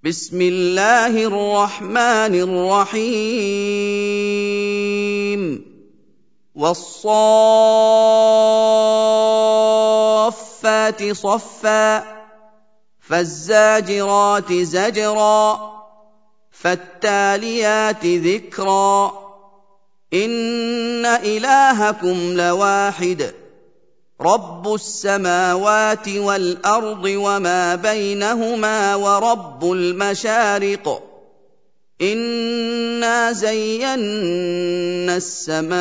بسم الله الرحمن الرحيم والصافات صفا فالزاجرات زجرا فالتاليات ذكرا إن إلهكم لواحد رب السماوات والأرض وما بينهما ورب المشارق إنا زينا السماء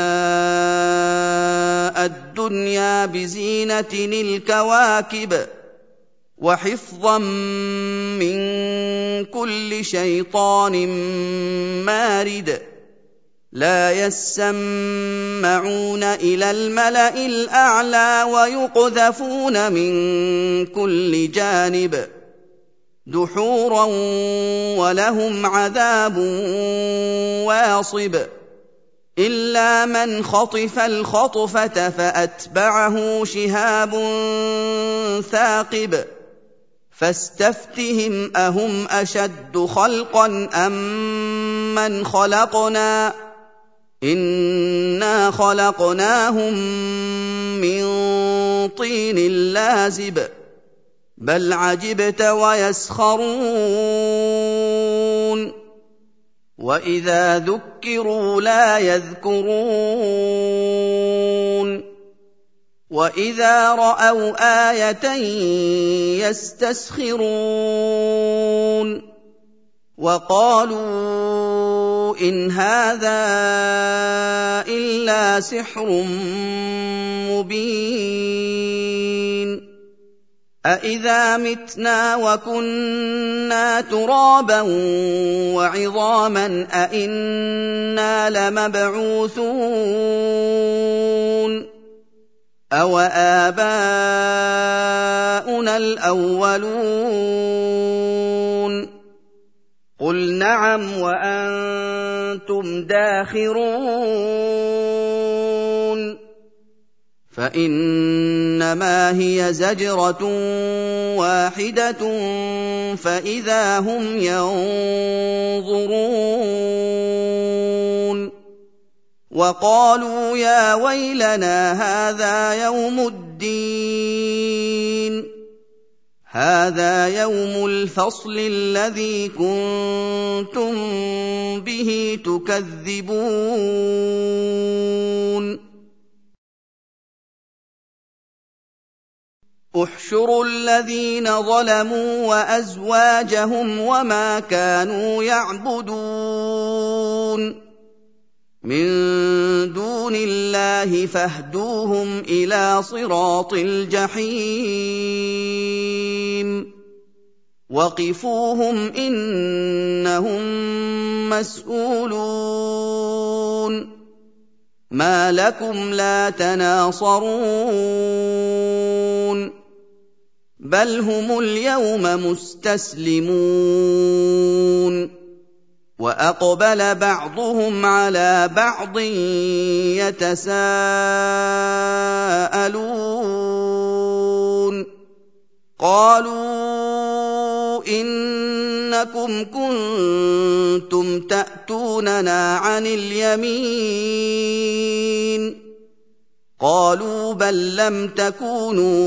الدنيا بزينة الكواكب وحفظا من كل شيطان مارد لا يسمعون إلى الملأ الأعلى ويقذفون من كل جانب دحورا ولهم عذاب واصب إلا من خطف الخطفة فأتبعه شهاب ثاقب فاستفتهم أهم أشد خلقا أم من خلقنا إنا خلقناهم من طين لازب بل عجبت ويسخرون وإذا ذكروا لا يذكرون وإذا رأوا آية يستسخرون وقالوا إن هذا إلا سحر مبين أإذا متنا وكنا ترابا وعظاما أإنا لمبعوثون أوآباؤنا الأولون قل نعم وأنتم داخرون فإنما هي زجرة واحدة فإذا هم ينظرون وقالوا يا ويلنا هذا يوم الدين هذا يوم الفصل الذي كنتم به تكذبون احشروا الذين ظلموا وأزواجهم وما كانوا يعبدون من دون الله فاهدوهم إلى صراط الجحيم وقفوهم إنهم مسؤولون ما لكم لا تناصرون بل هم اليوم مستسلمون وأقبل بعضهم على بعض يتساءلون قالوا إنكم كنتم تأتوننا عن اليمين قالوا بل لم تكونوا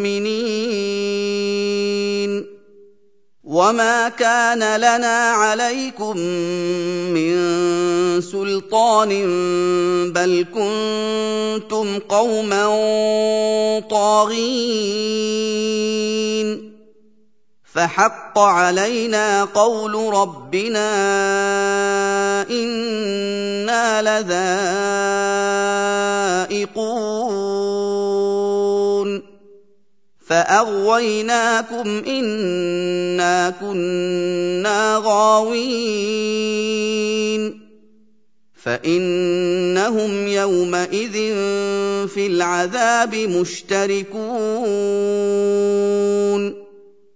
مؤمنين وما كان لنا عليكم من سلطان بل كنتم قوما طاغين فحق علينا قول ربنا إنا لذائقون فأغويناكم إنا كنا غاوين فإنهم يومئذ في العذاب مشتركون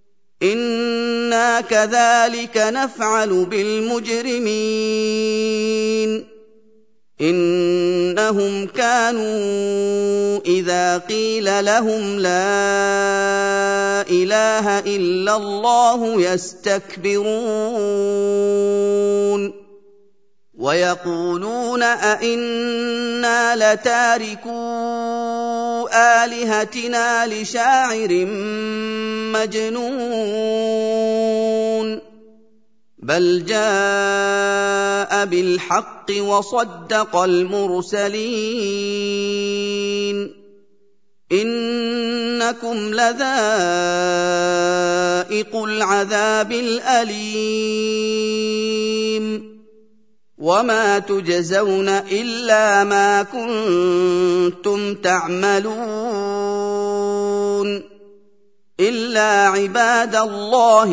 إنا كذلك نفعل بالمجرمين إِنَّهُمْ كَانُوا إِذَا قِيلَ لَهُمْ لَا إِلَٰهَ إِلَّا اللَّهُ يَسْتَكْبِرُونَ وَيَقُولُونَ أَئِنَّا لَتَارِكُو آلِهَتِنَا لِشَاعِرٍ مَّجْنُونٍ بَلْ جَاءَ بِالْحَقِّ وَصَدَّقَ الْمُرْسَلِينَ إِنَّكُمْ لَذَائِقُو الْعَذَابِ الْأَلِيمِ وَمَا تُجْزَوْنَ إِلَّا مَا كُنتُمْ تَعْمَلُونَ إِلَّا عِبَادَ اللَّهِ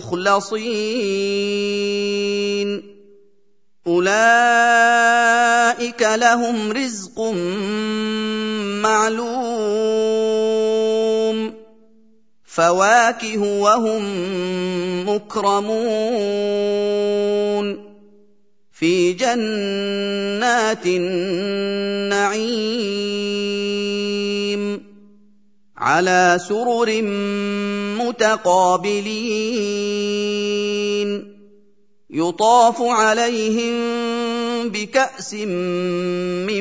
الْمُخْلَصِينَ أُولَٰئِكَ لَهُمْ رِزْقٌ مَّعْلُومٌ فَوَاكِهُ وَهُم مُّكْرَمُونَ فِي جَنَّاتِ النَّعِيمِ عَلَىٰ سُرُرٍ مُّتَقَابِلِينَ يُطَافُ عَلَيْهِم بِكَأْسٍ مِّن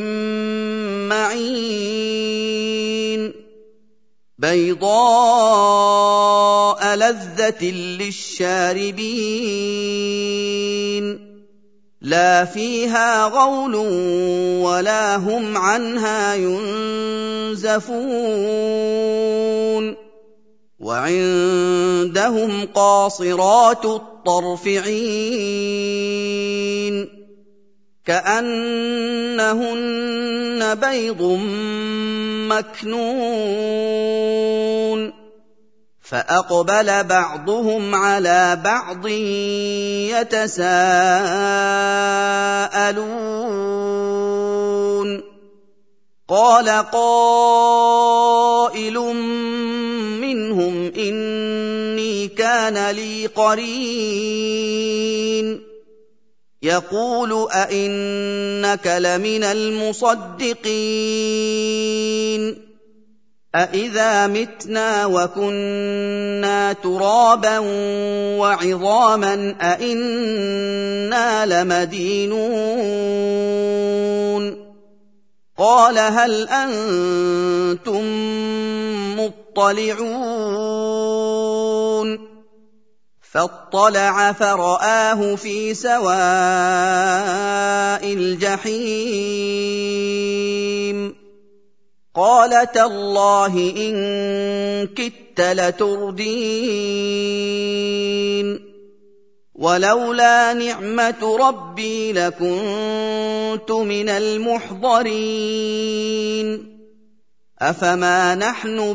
مَّعِينٍ بَيْضَاءَ لَذَّةٍ لِّلشَّارِبِينَ لَا فِيهَا غَوْلٌ وَلَا هُمْ عَنْهَا يُنزَفُونَ وَعِندَهُمْ قَاصِرَاتُ الطَّرْفِ عِينٌ كَأَنَّهُنَّ بَيْضٌ مَّكْنُونٌ فَأَقْبَلَ بَعْضُهُمْ عَلَىٰ بَعْضٍ يَتَسَاءَلُونَ قَالَ قَائِلٌ مِّنْهُمْ إِنِّي كَانَ لِي قَرِينٌ يَقُولُ أَإِنَّكَ لَمِنَ الْمُصَدِّقِينَ أَإِذَا مِتْنَا وَكُنَّا تُرَابًا وَعِظَامًا أَإِنَّا لَمَدِينُونَ قَالَ هَلْ أَنتُم مُّطَّلِعُونَ فَاطَّلَعَ فَرَآهُ فِي سَوَاءِ الْجَحِيمِ قَالَ تَاللَّهِ إِن كِدتَّ لَتُرْدِينِ وَلَوْلَا نِعْمَةُ رَبِّي لَكُنتُ مِنَ الْمُحْضَرِينَ أَفَمَا نَحْنُ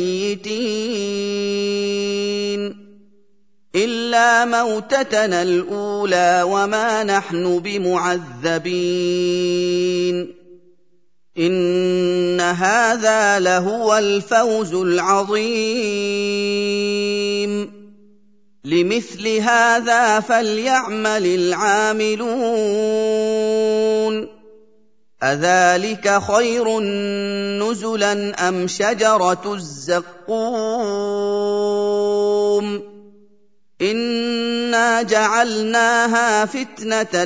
بِمَيِّتِينَ إِلَّا مَوْتَتَنَا الْأُولَىٰ وَمَا نَحْنُ بِمُعَذَّبِينَ إِنَّ هَٰذَا لَهُوَ الْفَوْزُ الْعَظِيمُ لِمِثْلِ هَٰذَا فَلْيَعْمَلِ الْعَامِلُونَ أَذَٰلِكَ خَيْرٌ نُّزُلًا أَمْ شَجَرَةُ الزَّقُّومِ إِنَّا جَعَلْنَاهَا فِتْنَةً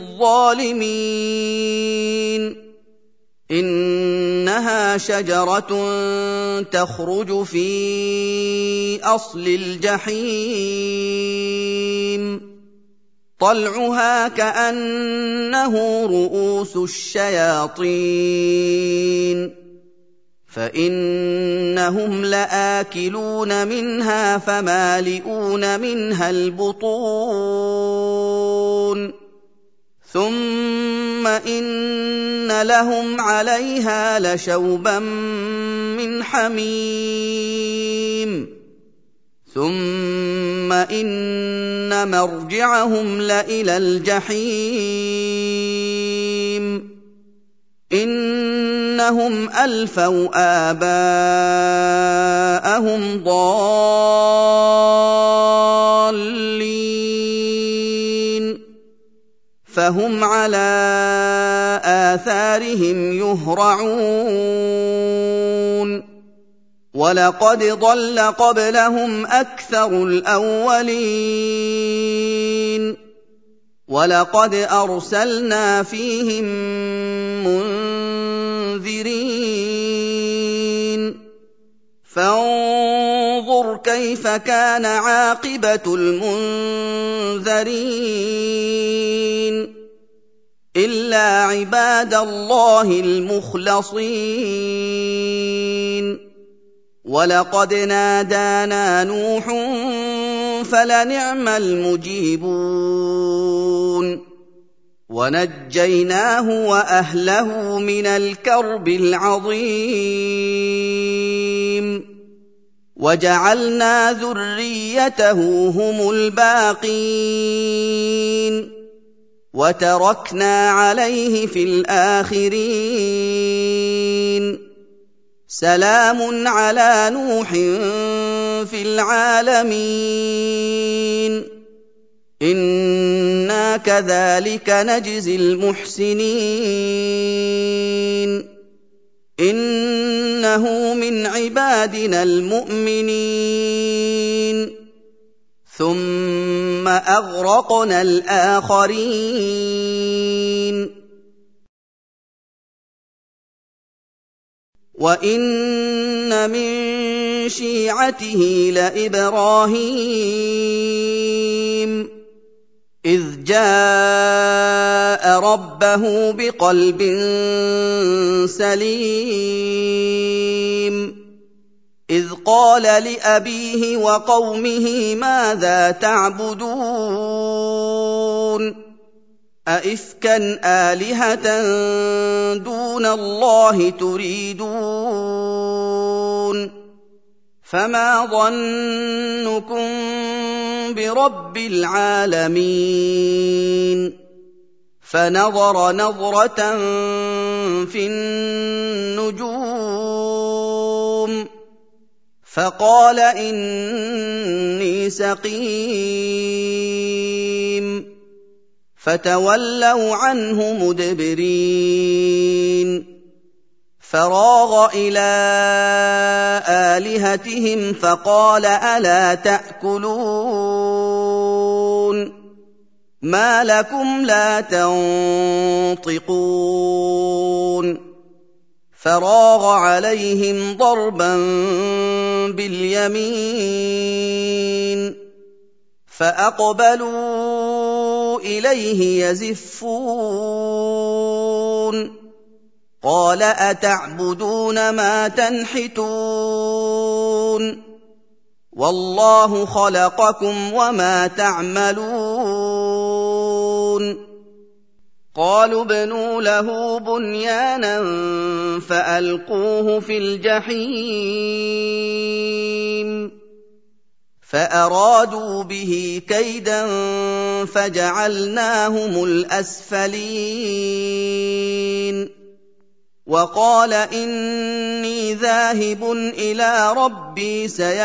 لِّلظَّالِمِينَ إِنَّهَا شَجَرَةٌ تَخْرُجُ فِي أَصْلِ الْجَحِيمِ طَلْعُهَا كَأَنَّهُ رُءُوسُ الشَّيَاطِينِ فَإِنَّهُمْ لَآكِلُونَ مِنْهَا فَمَالِئُونَ مِنْهَا الْبُطُونَ ثُمَّ إِنَّ لَهُمْ عَلَيْهَا لَشَوْبًا مِّنْ حَمِيمٍ ثُمَّ إِنَّ مَرْجِعَهُمْ لَإِلَى الْجَحِيمِ إِنَّهُمْ أَلْفَوْا آبَاءَهُمْ ضَالِّينَ فهم على آثارهم يهرعون ولقد ضل قبلهم أكثر الأولين ولقد أرسلنا فيهم منذرين فانظر كيف كان عاقبة المنذرين إلا عباد الله المخلصين ولقد نادانا نوح فلنعم المجيبون ونجيناه وأهله من الكرب العظيم وجعلنا ذريته هم الباقين وتركنا عليه في الآخرين سلام على نوح في العالمين إنا كذلك نجزي المحسنين إنه من عبادنا المؤمنين ثم أغرقنا الآخرين وَإِنَّ مِن شِيعَتِهِ لَإِبْرَاهِيمَ إِذْ جَاءَ رَبَّهُ بِقَلْبٍ سَلِيمٍ إِذْ قَالَ لِأَبِيهِ وَقَوْمِهِ مَاذَا تَعْبُدُونَ أَئِفْكًا آلِهَةً دُونَ اللَّهِ تُرِيدُونَ فَمَا ظَنُّكُم بِرَبِّ الْعَالَمِينَ فَنَظَرَ نَظْرَةً فِي النُّجُومِ فَقَالَ إِنِّي سَقِيمٌ فَتَوَلَّوْا عَنْهُ مُدْبِرِينَ فَرَاغَ إِلَىٰ آلِهَتِهِمْ فَقَالَ أَلَا تَأْكُلُونَ مَا لَكُمْ لَا تَنطِقُونَ فَرَاغَ عَلَيْهِمْ ضَرْبًا بِالْيَمِينِ فَأَقْبَلُوا إِلَيْهِ يَزِفُّونَ قَالَ أَتَعْبُدُونَ مَا تَنْحِتُونَ وَاللَّهُ خَلَقَكُمْ وَمَا تَعْمَلُونَ قَالُوا ابْنُوا لَهُ بُنْيَانًا فَأَلْقُوهُ فِي الْجَحِيمِ فَأَرَادُوا بِهِ كَيْدًا فَجَعَلْنَاهُمُ الْأَسْفَلِينَ وَقَالَ إِنِّي ذَاهِبٌ إِلَىٰ رَبِّي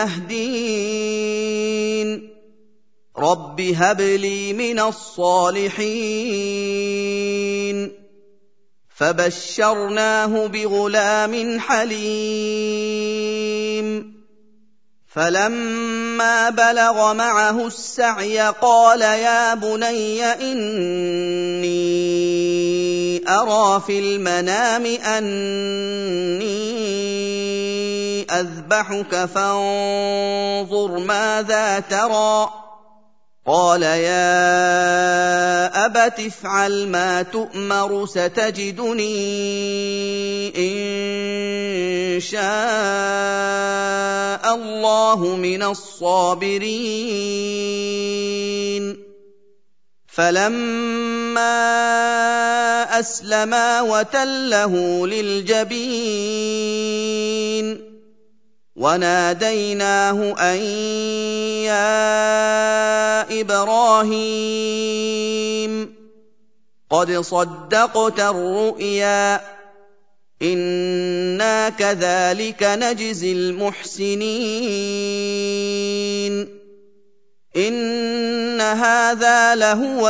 سَيَهْدِينِ رَبِّ هَبْ لِي مِنَ الصَّالِحِينَ فَبَشَّرْنَاهُ بِغُلَامٍ حَلِيمٍ فَلَمَّا بَلَغَ مَعَهُ السَّعْيَ قَالَ يَا بُنَيَّ إِنِّي أَرَىٰ فِي الْمَنَامِ أَنِّي أَذْبَحُكَ فَانظُرْ مَاذَا تَرَىٰ قَالَ يَا أَبَتِ افْعَلْ مَا تُؤْمَرُ سَتَجِدُنِي إِن شَاءَ اللَّهُ مِنَ الصَّابِرِينَ فَلَمَّا أَسْلَمَا وَتَلَّهُ لِلْجَبِينِ وَنَادَيْنَاهُ أَن يَا إِبْرَاهِيمُ قَدْ صَدَّقْتَ الرُّؤْيَا إِنَّا كَذَٰلِكَ نَجْزِي الْمُحْسِنِينَ إِنَّ هَٰذَا لَهُوَ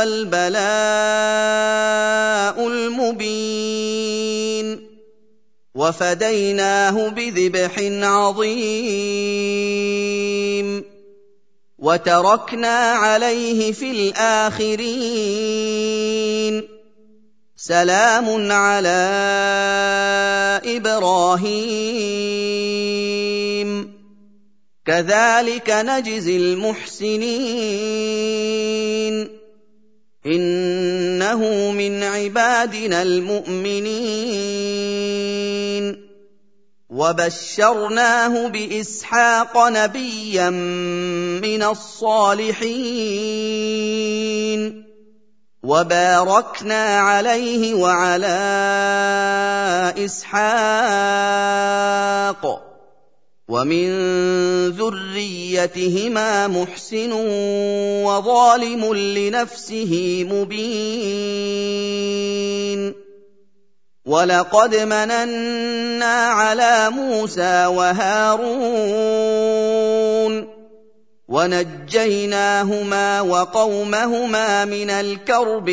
الْبَلَاءُ الْمُبِينُ وَفَدَيْنَاهُ بِذِبْحٍ عَظِيمٍ وَتَرَكْنَا عَلَيْهِ فِي الْآخِرِينَ سَلَامٌ عَلَىٰ إِبْرَاهِيمَ كَذَٰلِكَ نَجْزِي الْمُحْسِنِينَ إِنَّهُ مِنْ عِبَادِنَا الْمُؤْمِنِينَ وَبَشَّرْنَاهُ بِإِسْحَاقَ نَبِيًّا مِّنَ الصَّالِحِينَ وَبَارَكْنَا عَلَيْهِ وَعَلَىٰ إِسْحَاقَ وَمِن ذُرِّيَّتِهِمَا مُحْسِنٌ وَظَالِمٌ لِّنَفْسِهِ مُبِينٌ وَلَقَدْ مَنَنَّا عَلَىٰ مُوسَىٰ وَهَارُونَ وَنَجَّيْنَاهُمَا وَقَوْمَهُمَا مِنَ الْكَرْبِ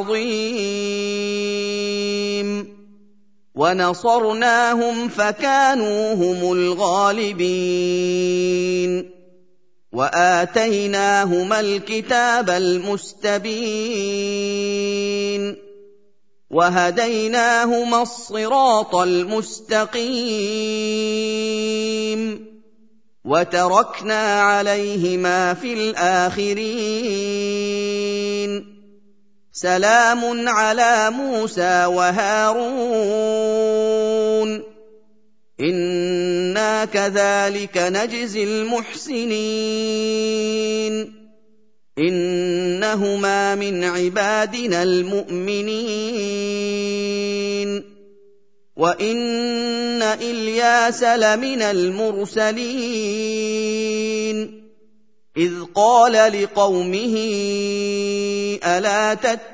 الْعَظِيمِ وَنَصَرْنَاهُمْ فَكَانُوا هُمُ الْغَالِبِينَ وَآتَيْنَاهُمَا الْكِتَابَ الْمُسْتَبِينَ وَهَدَيْنَاهُمَا الصِّرَاطَ الْمُسْتَقِيمَ وَتَرَكْنَا عَلَيْهِمَا فِي الْآخِرِينَ سَلَامٌ عَلَىٰ مُوسَىٰ وَهَارُونَ إِنَّا كَذَٰلِكَ نَجْزِي الْمُحْسِنِينَ إِنَّهُمَا مِنْ عِبَادِنَا الْمُؤْمِنِينَ وَإِنَّ إِلْيَاسَ لَمِنَ الْمُرْسَلِينَ إِذْ قَالَ لِقَوْمِهِ أَلَا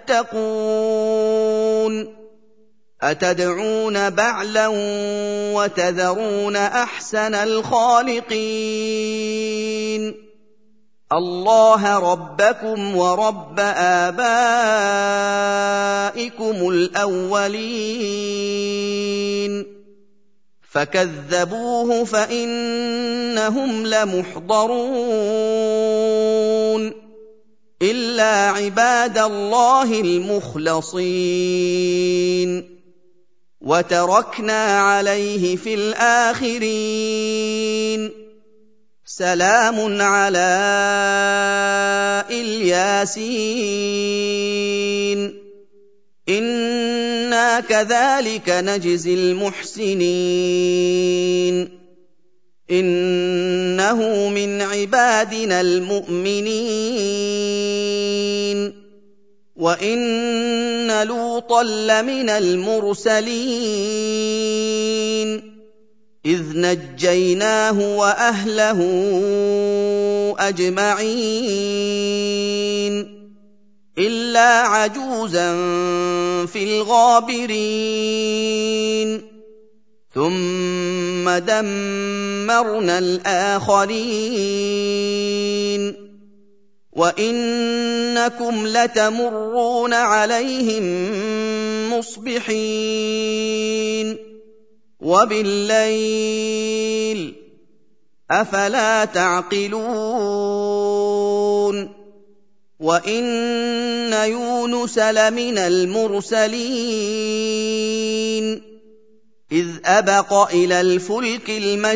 تَتَّقُونَ أَتَدْعُونَ بَعْلًا وَتَذَرُونَ أَحْسَنَ الْخَالِقِينَ اللَّهَ رَبَّكُمْ وَرَبَّ آبَائِكُمُ الْأَوَّلِينَ فَكَذَّبُوهُ فَإِنَّهُمْ لَمُحْضَرُونَ إِلَّا عِبَادَ اللَّهِ الْمُخْلَصِينَ وَتَرَكْنَا عَلَيْهِ فِي الْآخِرِينَ سَلَامٌ عَلَىٰ الْيَاسِينَ إِنَّا كَذَٰلِكَ نَجْزِي الْمُحْسِنِينَ إِنَّهُ مِنْ عِبَادِنَا الْمُؤْمِنِينَ وَإِنَّ لُوطًا لَّمِنَ الْمُرْسَلِينَ إِذْ نَجَّيْنَاهُ وَأَهْلَهُ أَجْمَعِينَ إِلَّا عَجُوزًا فِي الْغَابِرِينَ ثُمَّ دَمَّرْنَا الْآخَرِينَ وَإِنَّكُمْ لَتَمُرُّونَ عَلَيْهِم مُّصْبِحِينَ وَبِاللَّيْلِ ۗ أَفَلَا تَعْقِلُونَ وَإِنَّ يُونُسَ لَمِنَ الْمُرْسَلِينَ إِذْ أَبَقَ إِلَى الْفُلْكِ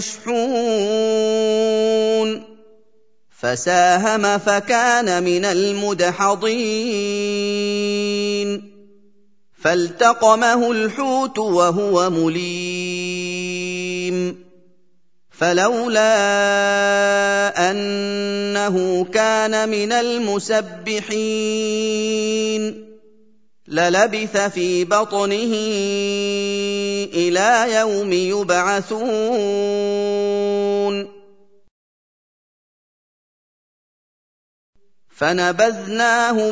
الْمَشْحُونِ فَسَاهَمَ فَكَانَ مِنَ الْمُدْحَضِينَ فَالْتَقَمَهُ الْحُوتُ وَهُوَ مُلِيمٌ فَلَوْلَا أَنَّهُ كَانَ مِنَ الْمُسَبِّحِينَ لَلَبِثَ فِي بَطْنِهِ إِلَىٰ يَوْمِ يُبْعَثُونَ فَنَبَذْنَاهُ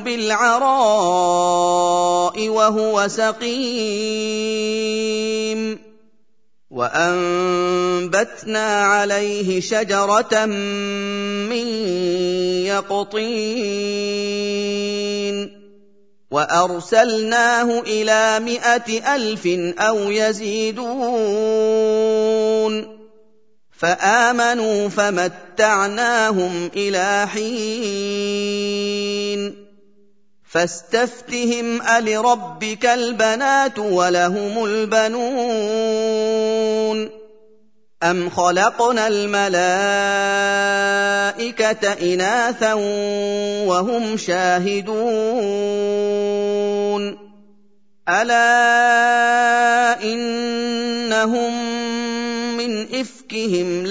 بِالْعَرَاءِ وَهُوَ سَقِيمٌ وَأَنبَتْنَا عَلَيْهِ شَجَرَةً مِّن يَقْطِينٍ وَأَرْسَلْنَاهُ إِلَىٰ 100,000 أَوْ يَزِيدُونَ فَآمَنُوا فَمَتَّعْنَاهُمْ إِلَىٰ حِينٍ فَاسْتَفْتِهِمْ أَلِرَبِّكَ الْبَنَاتُ وَلَهُمُ الْبَنُونَ أَمْ خَلَقْنَا الْمَلَائِكَةَ إِنَاثًا وَهُمْ شَاهِدُونَ أَلَا إِنَّهُم مِّنْ إِفْكِهِمْ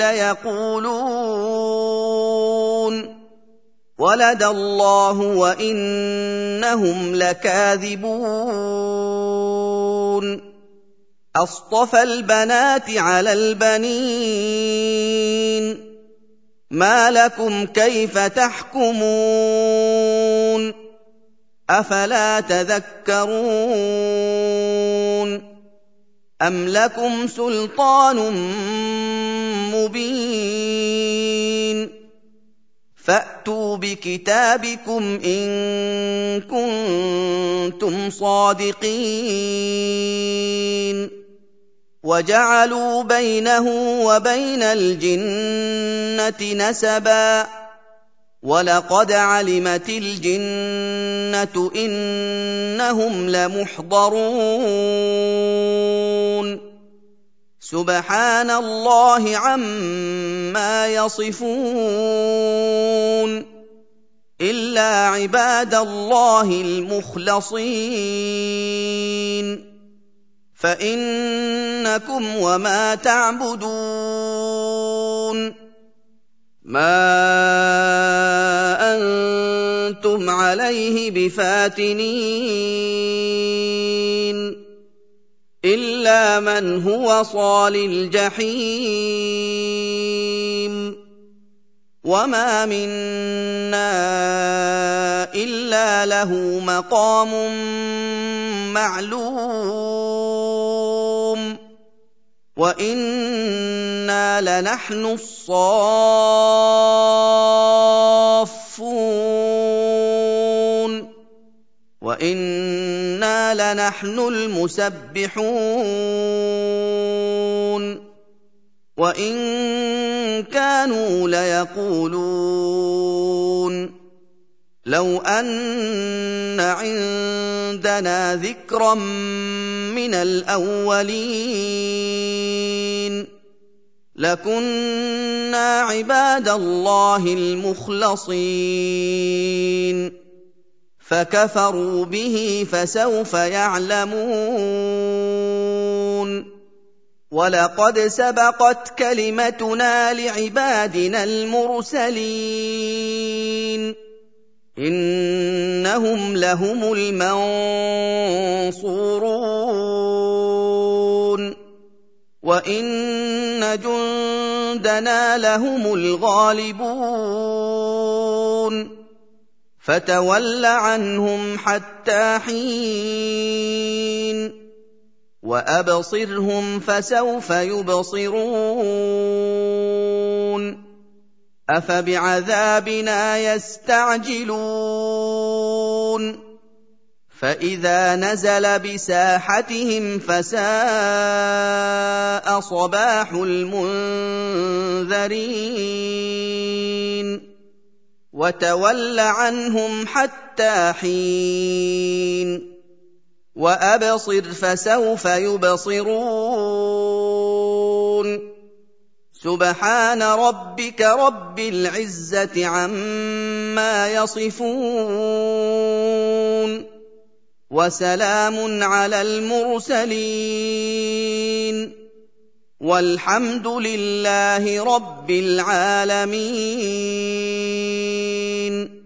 لَيَقُولُونَ وَلَدَ اللَّهُ وَإِنَّهُمْ لَكَاذِبُونَ أَصْطَفَى الْبَنَاتِ عَلَى الْبَنِينَ مَا لَكُمْ كَيْفَ تَحْكُمُونَ أَفَلَا تَذَكَّرُونَ أَمْ لَكُمْ سُلْطَانٌ مُّبِينٌ فَأْتُوا بِكِتَابِكُمْ إِن كُنتُمْ صَادِقِينَ وَجَعَلُوا بَيْنَهُ وَبَيْنَ الْجِنَّةِ نَسَبًا وَلَقَدْ عَلِمَتِ الْجِنَّةُ إِنَّهُمْ لَمُحْضَرُونَ سُبْحَانَ اللَّهِ عَمَّا يَصِفُونَ إِلَّا عِبَادَ اللَّهِ الْمُخْلَصِينَ فَإِنَّكُمْ وَمَا تَعْبُدُونَ مَا أَنتُمْ عَلَيْهِ بِفَاتِنِينَ إِلَّا مَنْ هُوَ صَالِ الْجَحِيمِ وَمَا مِنَّا إِلَّا لَهُ مَقَامٌ مَّعْلُومٌ وَإِنَّا لَنَحْنُ الصَّافُّونَ وَإِنَّا لَنَحْنُ الْمُسَبِّحُونَ وَإِن كَانُوا لَيَقُولُونَ لَوْ أَنَّ عِندَنَا ذِكْرًا مِّنَ الْأَوَّلِينَ لَكُنَّا عِبَادَ اللَّهِ الْمُخْلَصِينَ فَكَفَرُوا بِهِ فَسَوْفَ يَعْلَمُونَ وَلَقَدْ سَبَقَتْ كَلِمَتُنَا لِعِبَادِنَا الْمُرْسَلِينَ إِنَّهُمْ لَهُمُ الْمَنصُورُونَ وَإِنَّ جُندَنَا لَهُمُ الْغَالِبُونَ فَتَوَلَّ عَنْهُمْ حَتَّىٰ حِينٍ وَأَبْصِرْهُمْ فَسَوْفَ يُبْصِرُونَ أَفَبِعَذَابِنَا يَسْتَعْجِلُونَ فَإِذَا نَزَلَ بِسَاحَتِهِمْ فَسَاءَ صَبَاحُ الْمُنذَرِينَ وَتَوَلَّ عَنْهُمْ حَتَّىٰ حِينٍ وَأَبْصِرْ فَسَوْفَ يُبْصِرُونَ سُبْحَانَ رَبِّكَ رَبِّ الْعِزَّةِ عَمَّا يَصِفُونَ وَسَلَامٌ عَلَى الْمُرْسَلِينَ وَالْحَمْدُ لِلَّهِ رَبِّ الْعَالَمِينَ